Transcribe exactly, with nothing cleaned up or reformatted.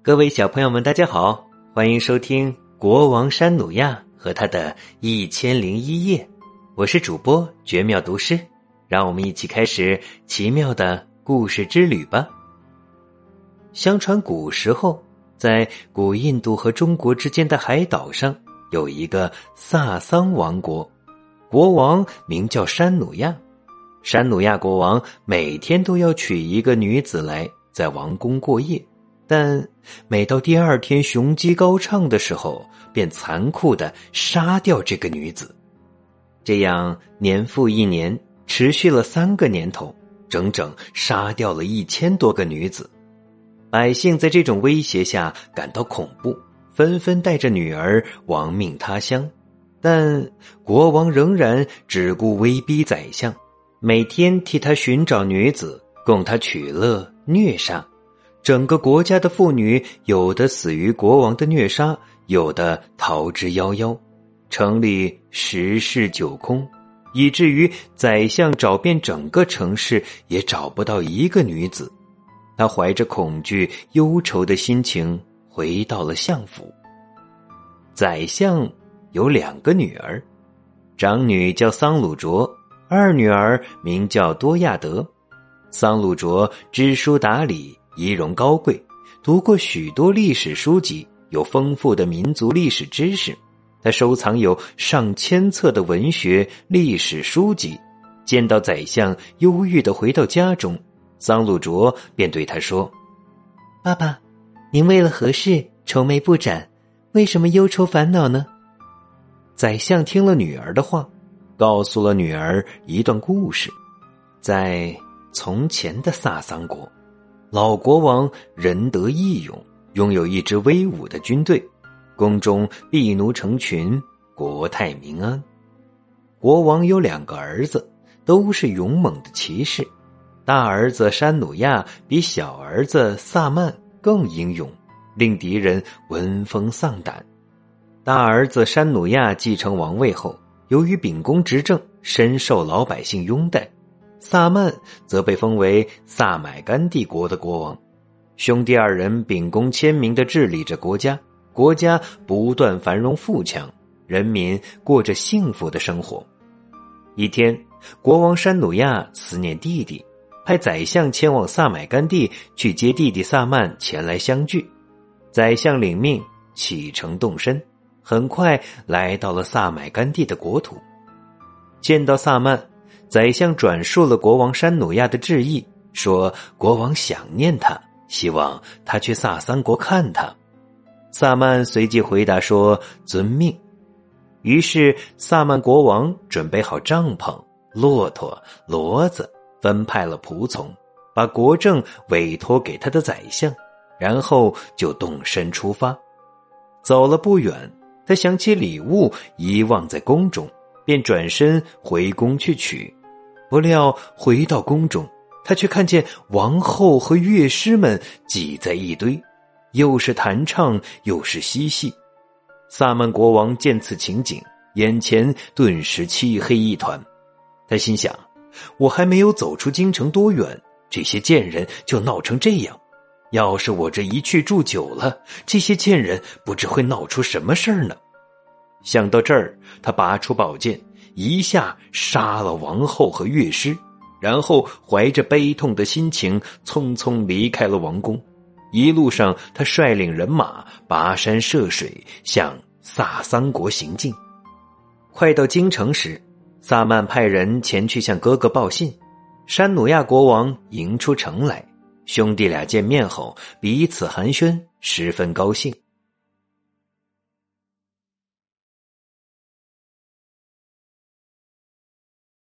各位小朋友们大家好，欢迎收听国王山努亚和他的一千零一夜，我是主播绝妙读诗，让我们一起开始奇妙的故事之旅吧。相传古时候，在古印度和中国之间的海岛上，有一个萨桑王国，国王名叫山努亚。山努亚国王每天都要娶一个女子来在王宫过夜，但每到第二天雄鸡高唱的时候，便残酷地杀掉这个女子。这样年复一年，持续了三个年头，整整杀掉了一千多个女子。百姓在这种威胁下感到恐怖，纷纷带着女儿亡命他乡。但国王仍然只顾威逼宰相，每天替他寻找女子，供他取乐虐杀。整个国家的妇女有的死于国王的虐杀，有的逃之夭夭，城里十室九空，以至于宰相找遍整个城市也找不到一个女子。他怀着恐惧忧愁的心情回到了相府。宰相有两个女儿，长女叫桑鲁卓，二女儿名叫多亚德。桑鲁卓知书达理，仪容高贵，读过许多历史书籍，有丰富的民族历史知识。他收藏有上千册的文学历史书籍。见到宰相忧郁地回到家中，桑鲁卓便对他说：爸爸，您为了何事愁眉不展，为什么忧愁烦恼呢？宰相听了女儿的话，告诉了女儿一段故事。在从前的萨桑国，老国王仁德义勇，拥有一支威武的军队，宫中婢奴成群，国泰民安。国王有两个儿子，都是勇猛的骑士。大儿子山努亚比小儿子萨曼更英勇，令敌人闻风丧胆。大儿子山努亚继承王位后，由于秉公执政，深受老百姓拥戴。萨曼则被封为萨买干帝国的国王。兄弟二人秉公签名地治理着国家，国家不断繁荣富强，人民过着幸福的生活。一天，国王山努亚思念弟弟，派宰相前往萨买干地去接弟弟萨曼前来相聚。宰相领命，启程动身，很快来到了萨买干地的国土。见到萨曼，宰相转述了国王山努亚的致意，说国王想念他，希望他去萨桑国看他。萨曼随即回答说遵命。于是萨曼国王准备好帐篷、骆驼、骡子，分派了仆从，把国政委托给他的宰相，然后就动身出发。走了不远，他想起礼物遗忘在宫中，便转身回宫去取。不料回到宫中，他却看见王后和乐师们挤在一堆，又是弹唱又是嬉戏。萨曼国王见此情景，眼前顿时漆黑一团。他心想，我还没有走出京城多远，这些贱人就闹成这样。要是我这一去住久了，这些贱人不知会闹出什么事儿呢。想到这儿，他拔出宝剑，一下杀了王后和乐师，然后怀着悲痛的心情匆匆离开了王宫。一路上，他率领人马跋山涉水，向萨桑国行进。快到京城时，萨曼派人前去向哥哥报信。山努亚国王迎出城来，兄弟俩见面后彼此寒暄，十分高兴。